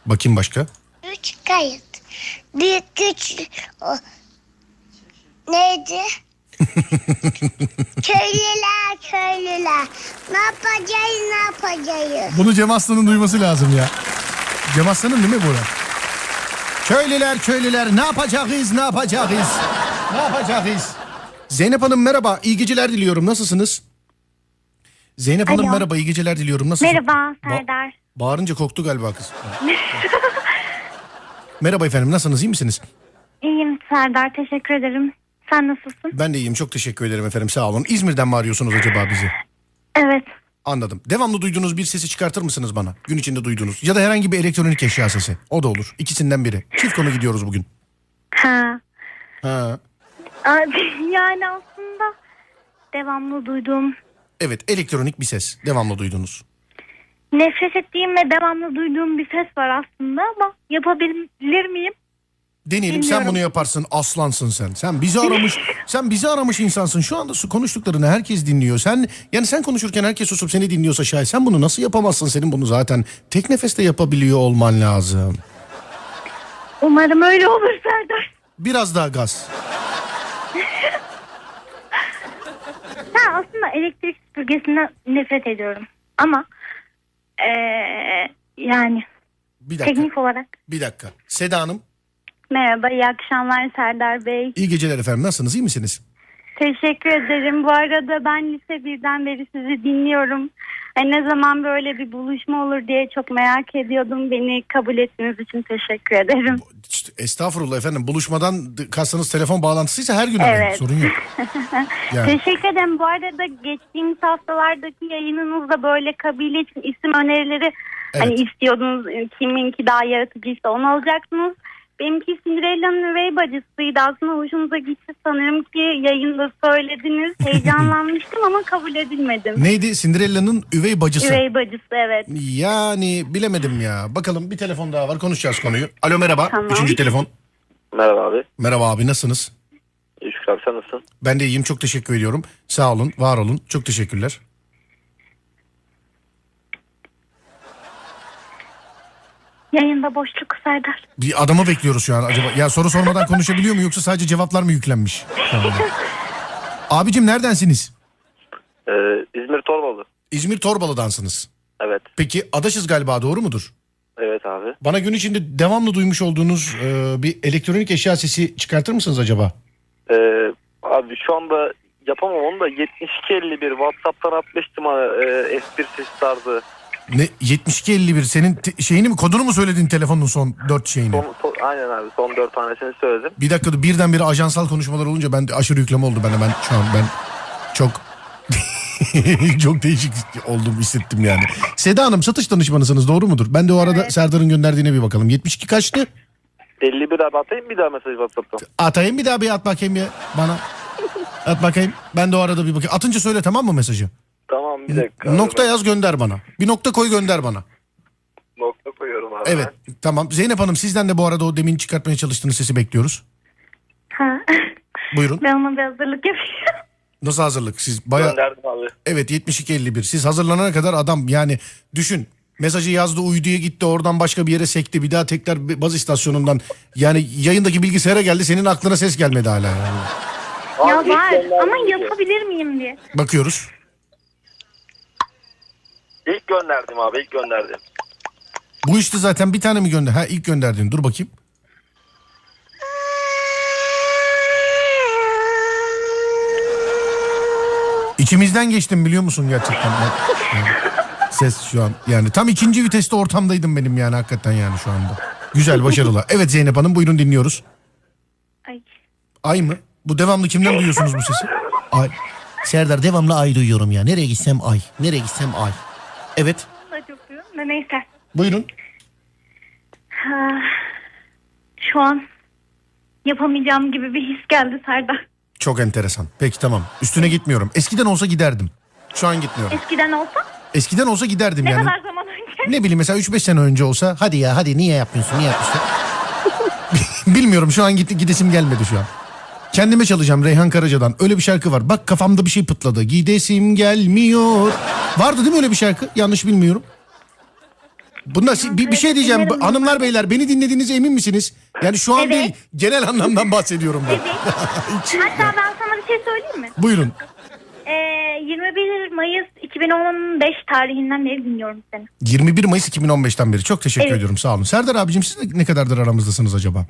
Bakayım başka. 3 kayıt. Büyük güç neydi? köylüler. Ne yapacağız? Bunu Cem Aslan'ın duyması lazım ya. Cem Aslan'ın değil mi bu? Köylüler ne yapacağız? Zeynep Hanım merhaba, iyi geceler diliyorum. Nasılsınız? Zeynep Hanım Alo. merhaba, iyi geceler diliyorum. Nasılsınız? Merhaba Serdar. Bağırınca korktu galiba kız. Merhaba efendim, nasılsınız, iyi misiniz? İyiyim Serdar, teşekkür ederim. Sen nasılsın? Ben de iyiyim, çok teşekkür ederim efendim, sağ olun. İzmir'den mi arıyorsunuz acaba bizi? Evet. Anladım. Devamlı duyduğunuz bir sesi çıkartır mısınız bana? Gün içinde duyduğunuz. Ya da herhangi bir elektronik eşya sesi. O da olur. İkisinden biri. Çift konu gidiyoruz bugün. Ha. Ha. Yani aslında devamlı duyduğum, Evet, elektronik bir ses. Devamlı duydunuz. nefret ettiğim ve devamlı duyduğum bir ses var aslında ama yapabilir miyim? Deneyelim. Sen Bilmiyorum. bunu yaparsın. Aslansın sen. Sen bizi aramış insansın. Şu anda konuştuklarını herkes dinliyor. Sen konuşurken herkes susup seni dinliyorsa şayet sen bunu nasıl yapamazsın? Senin bunu zaten tek nefeste yapabiliyor olman lazım. Umarım öyle olur Serdar. Biraz daha gaz. Aslında elektrik süpürgesinden nefret ediyorum. Ama yani Bir dakika. teknik olarak. Bir dakika. Seda Hanım. Merhaba, iyi akşamlar Serdar Bey. İyi geceler efendim. Nasılsınız? İyi misiniz? Teşekkür ederim. Bu arada ben lise birden beri sizi dinliyorum. Ne zaman böyle bir buluşma olur diye çok merak ediyordum. Beni kabul ettiğiniz için teşekkür ederim. İşte, estağfurullah efendim. Buluşmadan kastınız telefon bağlantısıysa her gün arayın. Evet. Sorun yok. Yani. Teşekkür ederim. Bu arada geçtiğimiz haftalardaki yayınınızda böyle kabile için isim önerileri Evet. istiyordunuz. Kiminki daha yaratıcıysa onu alacaksınız. Benimki Cinderella'nın üvey bacısıydı. Aslında hoşunuza gitti. Sanırım ki yayında söylediniz. Heyecanlanmıştım ama kabul edilmedim. Neydi? Cinderella'nın üvey bacısı. Üvey bacısı, evet. Yani bilemedim ya. Bakalım, bir telefon daha var, konuşacağız konuyu. Alo merhaba. Tamam. Üçüncü telefon. Merhaba abi. Merhaba abi, nasılsınız? İyi şükür abi, sen nasılsın? Ben de iyiyim, çok teşekkür ediyorum. Sağ olun, var olun. Çok teşekkürler. Yayında boşluk Serdar. Bir adamı bekliyoruz şu an acaba. Ya soru sormadan konuşabiliyor mu yoksa sadece cevaplar mı yüklenmiş? şu anda? Abicim neredensiniz? İzmir Torbalı. İzmir Torbalı'dansınız. Evet. Peki adaşız galiba, doğru mudur? Evet abi. Bana gün içinde devamlı duymuş olduğunuz bir elektronik eşya sesi çıkartır mısınız acaba? Abi şu anda yapamam onu da 7251 WhatsApp'tan atmıştım S1 ses tarzı. Ne 7251 senin şeyini mi, kodunu mu söyledin telefonun son 4 şeyini? Aynen abi, son 4 tanesini söyledim. Bir dakika dur, birdenbire ajansal konuşmalar olunca ben aşırı yükleme oldu bana. Ben şu an çok çok değişik oldum, hissettim yani. Seda Hanım satış danışmanısınız, doğru mudur? Ben de o arada Evet. Serdar'ın gönderdiğine bir bakalım. 72 kaçtı? 51 abi, atayım bir daha mesaj WhatsApp'tan. Atayım bir daha, bir at bakayım ya bana. At bakayım. Ben de o arada bir bakayım. Atınca söyle, tamam mı mesajı? Tamam, bir dakika. Nokta yaz, gönder bana. Bir nokta koy, gönder bana. Nokta koyuyorum abi. Evet tamam. Zeynep Hanım, sizden de bu arada o demin çıkartmaya çalıştığınız sesi bekliyoruz. Ha. Buyurun. Ben ona bir hazırlık yapıyorum. Nasıl hazırlık? Siz bayağı... Gönderdim abi. Evet 7251. Siz hazırlanana kadar adam, yani düşün. Mesajı yazdı, uyduya gitti, oradan başka bir yere sekti. Bir daha tekrar baz istasyonundan, yani yayındaki bilgisayara geldi. Senin aklına ses gelmedi hala yani. Ya Abi, ilk var gönderdim ama ki. yapabilir miyim diye. Bakıyoruz. İlk gönderdim abi, ilk gönderdim. Bu işte zaten bir tane mi gönder? Ha, ilk gönderdin. Dur bakayım. İçimizden geçtim, biliyor musun gerçekten? Yani ses şu an yani tam ikinci viteste ortamdaydım benim yani, hakikaten yani şu anda. Güzel, başarılı. Evet Zeynep Hanım, buyurun dinliyoruz. Ay. Ay mı? Bu devamlı kimden duyuyorsunuz bu sesi? Ay. Serdar, devamlı ay duyuyorum ya. Nereye gitsem ay. Nereye gitsem ay. Evet. Da çok duyuyorum da neyse. Buyurun. Ha, şu an yapamayacağım gibi bir his geldi Serdar. Çok enteresan. Peki tamam. Üstüne gitmiyorum. Eskiden olsa giderdim. Şu an gitmiyorum. Eskiden olsa Eskiden olsa giderdim ne yani. kadar zaman önce? Ne bileyim, mesela 3-5 sene önce olsa hadi ya, hadi niye yapmıyorsun, niye yapıyorsun? Bilmiyorum, şu an gidesim gelmedi şu an. Kendime çalacağım Reyhan Karaca'dan. Öyle bir şarkı var. Bak kafamda bir şey pıtladı. Gidesim gelmiyor. Vardı değil mi öyle bir şarkı? Yanlış bilmiyorum. Bunda bir şey diyeceğim. Dinlerim. Hanımlar beyler, beni dinlediğinize emin misiniz? Yani şu an Evet. değil, genel anlamdan bahsediyorum ben. Hatta ben sana bir şey söyleyeyim mi? Buyurun. 21 Mayıs 2015 tarihinden beri dinliyorum seni. 21 Mayıs 2015'ten beri. Çok teşekkür Evet. ediyorum, sağ olun. Serdar abicim, siz ne kadardır aramızdasınız acaba?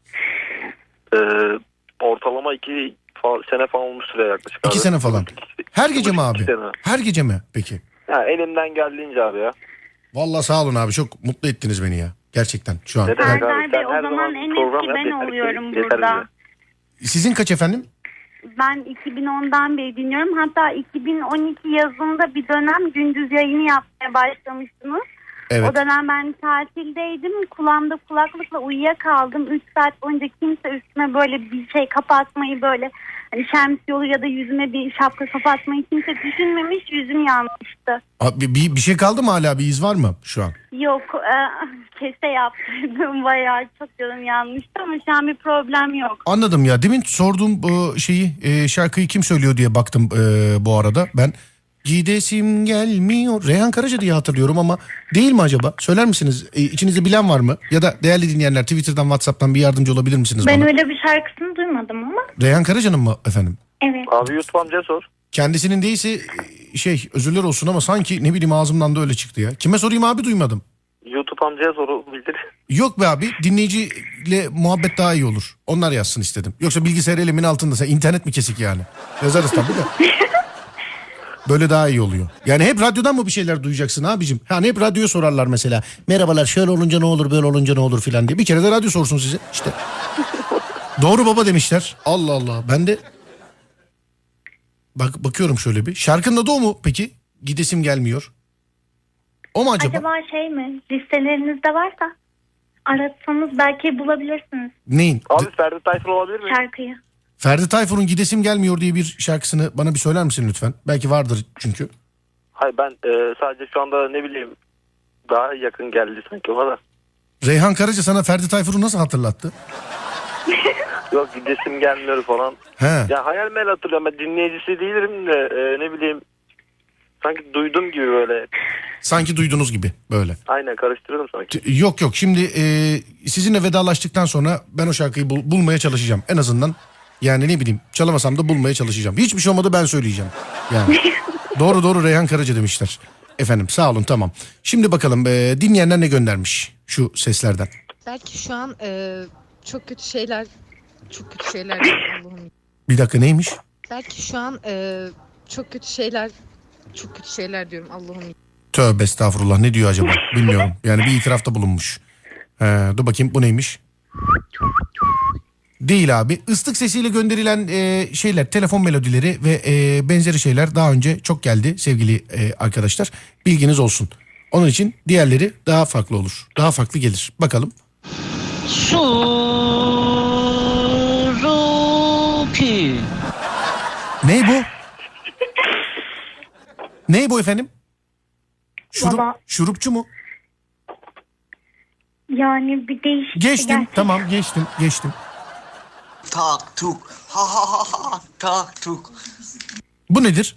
Ortalama 2 sene falan olmuştur ya yaklaşık. 2 abi. sene falan. Her gece mi abi? 2 sene. Her gece mi peki? Ya, elimden geldiğince abi ya. Vallahi sağ olun abi, çok mutlu ettiniz beni ya. Gerçekten şu an. Ne demek Serdar abi? Bey, Sen o her zaman en program eski yap, ben yeter ki- oluyorum yeter burada. bize. Sizin kaç efendim? Ben 2010'dan beri dinliyorum. Hatta 2012 yazında bir dönem gündüz yayını yapmaya başlamıştınız. Evet. O dönem ben tatildeydim. Kulağımda kulaklıkla uyuyakaldım. 3 saat boyunca kimse üstüme böyle bir şey kapatmayı, böyle hani şemsiye olur ya da yüzüme bir şapka kapatmayı kimse düşünmemiş. Yüzüm yanmıştı. Abi, bir şey kaldı mı hala, bir iz var mı şu an? Yok, kese yaptırdım, bayağı çok canım yanmıştı ama şu an bir problem yok. Anladım ya. Demin sorduğum bu şarkıyı kim söylüyor diye baktım bu arada. Ben gidesim gelmiyor. Reyhan Karaca diye hatırlıyorum ama değil mi acaba? Söyler misiniz? İçinizde bilen var mı? Ya da değerli dinleyenler, Twitter'dan, WhatsApp'tan bir yardımcı olabilir misiniz Ben bana? öyle bir şarkısını duymadım ama. Reyhan Karaca'nın mı efendim? Evet. Abi YouTube amcaya sor. Kendisinin değilse özürler olsun ama sanki ne bileyim ağzımdan da öyle çıktı ya. Kime sorayım abi, duymadım. YouTube amcaya sor, o bilir. Yok be abi, dinleyiciyle muhabbet daha iyi olur. Onlar yazsın istedim. Yoksa bilgisayar elimin altında, sen internet mi kesik yani? Yazarız tabii de. Böyle daha iyi oluyor. Yani hep radyodan mı bir şeyler duyacaksın abicim? Hani hep radyoya sorarlar mesela. Merhabalar, şöyle olunca ne olur, böyle olunca ne olur filan diye. Bir kere de radyo sorsun size işte. Doğru baba demişler. Allah Allah, ben de bakıyorum şöyle bir. Şarkının adı o mu peki? Gidesim gelmiyor. O mu acaba? Acaba şey mi? Listelerinizde varsa aratsanız belki bulabilirsiniz Neyin? Abi Ferdi Tayfur olabilir mi? şarkıyı. Ferdi Tayfur'un Gidesim Gelmiyor diye bir şarkısını bana bir söyler misin lütfen? Belki vardır çünkü. Hayır, ben sadece şu anda ne bileyim daha yakın geldi sanki o kadar. Reyhan Karaca sana Ferdi Tayfur'u nasıl hatırlattı? Yok, gidesim gelmiyor falan. He. Ya hayal meyal hatırlıyorum, ben dinleyicisi değilim de ne bileyim sanki duydum gibi böyle. Sanki duydunuz gibi böyle. Aynen, karıştırdım sanki. Yok şimdi sizinle vedalaştıktan sonra ben o şarkıyı bulmaya çalışacağım. En azından yani ne bileyim, çalamasam da bulmaya çalışacağım. Hiçbir şey olmadı, ben söyleyeceğim. Yani doğru Reyhan Karaca demişler. Efendim sağ olun, tamam. Şimdi bakalım dinleyenler ne göndermiş şu seslerden. Belki şu an çok kötü şeyler diyorum Allah'ım. Bir dakika, neymiş? Belki şu an çok kötü şeyler diyorum Allah'ım. Tövbe estağfurullah, ne diyor acaba bilmiyorum. Yani bir itirafta bulunmuş. Dur bakayım, bu neymiş? Değil abi. Islık sesiyle gönderilen şeyler, telefon melodileri ve benzeri şeyler daha önce çok geldi sevgili arkadaşlar. Bilginiz olsun. Onun için diğerleri daha farklı olur. Daha farklı gelir. Bakalım. Suruki. Ne bu? Ne bu efendim? Baba. Şurupçu mu? Yani bir değişik. Geçtim. gerçek. Tamam, geçtim. Tak tuk. Ha ha ha ha. Tak tuk. Bu nedir?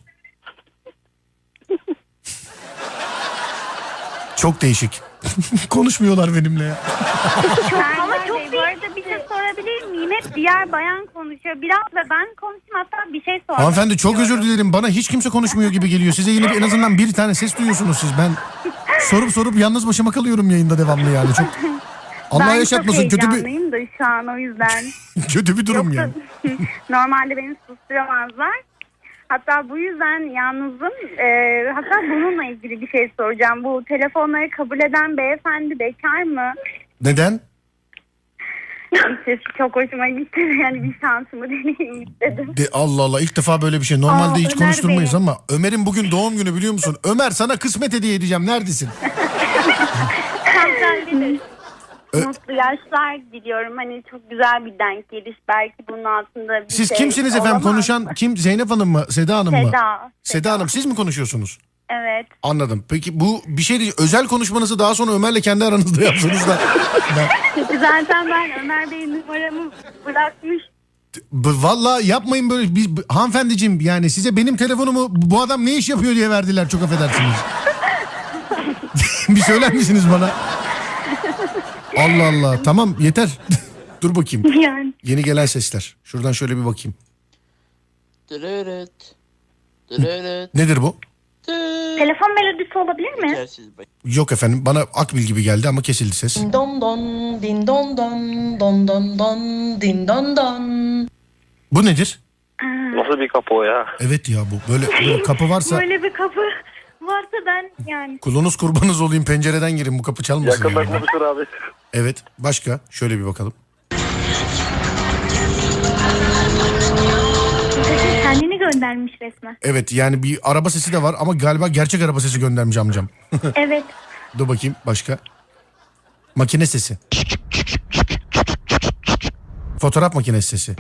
Çok değişik. Konuşmuyorlar benimle ya. Ama çok bu arada bir şey sorabilir miyim? Hep diğer bayan konuşuyor. Biraz da ben konuşayım, hatta bir şey sormak Hanımefendi çok istiyorum. özür dilerim. Bana hiç kimse konuşmuyor gibi geliyor. Size yine en azından bir tane ses duyuyorsunuz siz. Ben sorup yalnız başıma kalıyorum yayında devamlı yani. Çok Allah Ben yaşatmasın, çok kötü bir heyecanlıyım da şu an, o yüzden. kötü bir durum yani. Normalde beni susturamazlar. Hatta bu yüzden yalnızım. Hatta bununla ilgili bir şey soracağım. Bu telefonları kabul eden beyefendi bekar mı? Neden? Sesi çok hoşuma gitti. Yani bir şansımı deneyeyim istedim. Allah Allah, ilk defa böyle bir şey. Normalde hiç Ömer konuşturmayız Bey. ama Ömer'in bugün doğum günü, biliyor musun? Ömer, sana kısmet hediye edeceğim. Neredesin? Hanımefendi, mutlu yaşlar diliyorum. Hani çok güzel bir denk geliş. Belki bunun altında bir Siz şey kimsiniz efendim? olamaz Konuşan mı? kim? Zeynep Hanım mı? Seda Hanım mı? Seda. Seda Hanım, siz mi konuşuyorsunuz? Evet. Anladım. Peki bu bir şey değil. Özel konuşmanızı daha sonra Ömer'le kendi aranızda yapsanız da. Zaten ben Ömer Bey'in numaramı bırakmış. Vallahi yapmayın böyle. Hanımefendiciğim, yani size benim telefonumu bu adam ne iş yapıyor diye verdiler, çok affedersiniz. Bir söyler misiniz bana? Allah Allah. Tamam yeter. Dur bakayım. Yani. Yeni gelen sesler. Şuradan şöyle bir bakayım. Dırırıt. Dırırıt. Nedir bu? Telefon melodisi olabilir mi? Yetersiz bak. Yok efendim. Bana Akbil gibi geldi ama kesildi ses. Don don din don don don don don din don don. Bu nedir? Nasıl bir kapı o ya? Evet ya bu. Böyle kapı varsa Böyle bir kapı varsa ben yani. kulunuz kurbanız olayım, pencereden girin, bu kapı çalmasın. Yakında yani. konuşur abi. Evet. Başka? Şöyle bir bakalım. Kendini göndermiş resmen. Evet yani bir araba sesi de var ama galiba gerçek araba sesi göndermiş amcam. Evet. Dur bakayım başka. Makine sesi. Fotoğraf makinesi sesi.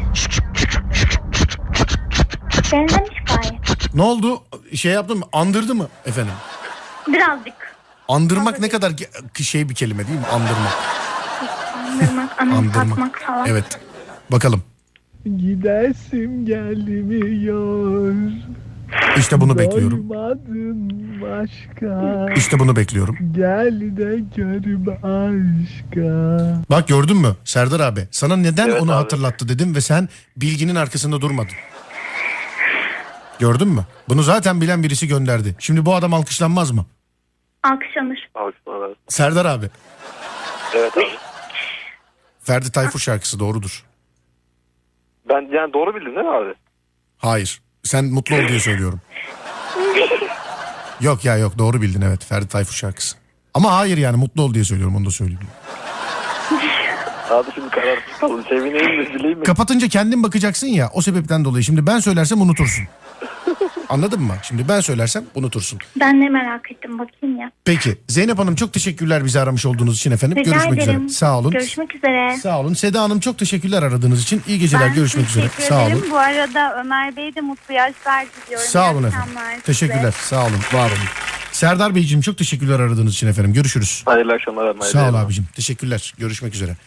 Benzemiş gayet. Ne oldu? Şey yaptın mı? Andırdı mı efendim? Birazcık. Andırmak ne kadar şey bir kelime değil mi? Andırmak. Andırmak, anımsatmak falan. Evet. Bakalım. Gidersim gelmiyor. İşte bunu bekliyorum. Doymadın başka. İşte bunu bekliyorum. Gel de gör başka. Bak gördün mü Serdar abi? Sana neden Evet onu abi. hatırlattı dedim ve sen bilginin arkasında durmadın. Gördün mü? Bunu zaten bilen birisi gönderdi. Şimdi bu adam alkışlanmaz mı? Alkışlanır. Alkışlar abi. Serdar abi. Evet abi. Ferdi Tayfur şarkısı doğrudur. Ben yani doğru bildin değil mi abi? Hayır. Sen mutlu ol diye söylüyorum. Yok ya yok doğru bildin evet. Ferdi Tayfur şarkısı. Ama hayır yani mutlu ol diye söylüyorum, onu da söyleyeyim. Abi şimdi kararsız kalın. Sevineyim mi üzüleyim mi? Kapatınca kendin bakacaksın ya, o sebepten dolayı. Şimdi ben söylersem unutursun. Anladın mı? Şimdi ben söylersem unutursun. Ben de merak ettim, bakayım ya. Peki Zeynep Hanım çok teşekkürler bizi aramış olduğunuz için efendim. Rica Görüşmek ederim. üzere. Sağ olun. Görüşmek üzere. Sağ olun. Seda Hanım çok teşekkürler aradığınız için. İyi geceler. Ben Görüşmek üzere. teşekkür Sağ ederim. olun. Bu arada Ömer Bey'e de mutlu yaşlar diliyorum. Sağ olun İyi efendim. akşamlar size. Teşekkürler. Sağ olun. Var olun. Serdar Beyciğim çok teşekkürler aradığınız için efendim. Görüşürüz. Hayırlı akşamlar abi. Sağ ol abicim. Teşekkürler. Görüşmek üzere.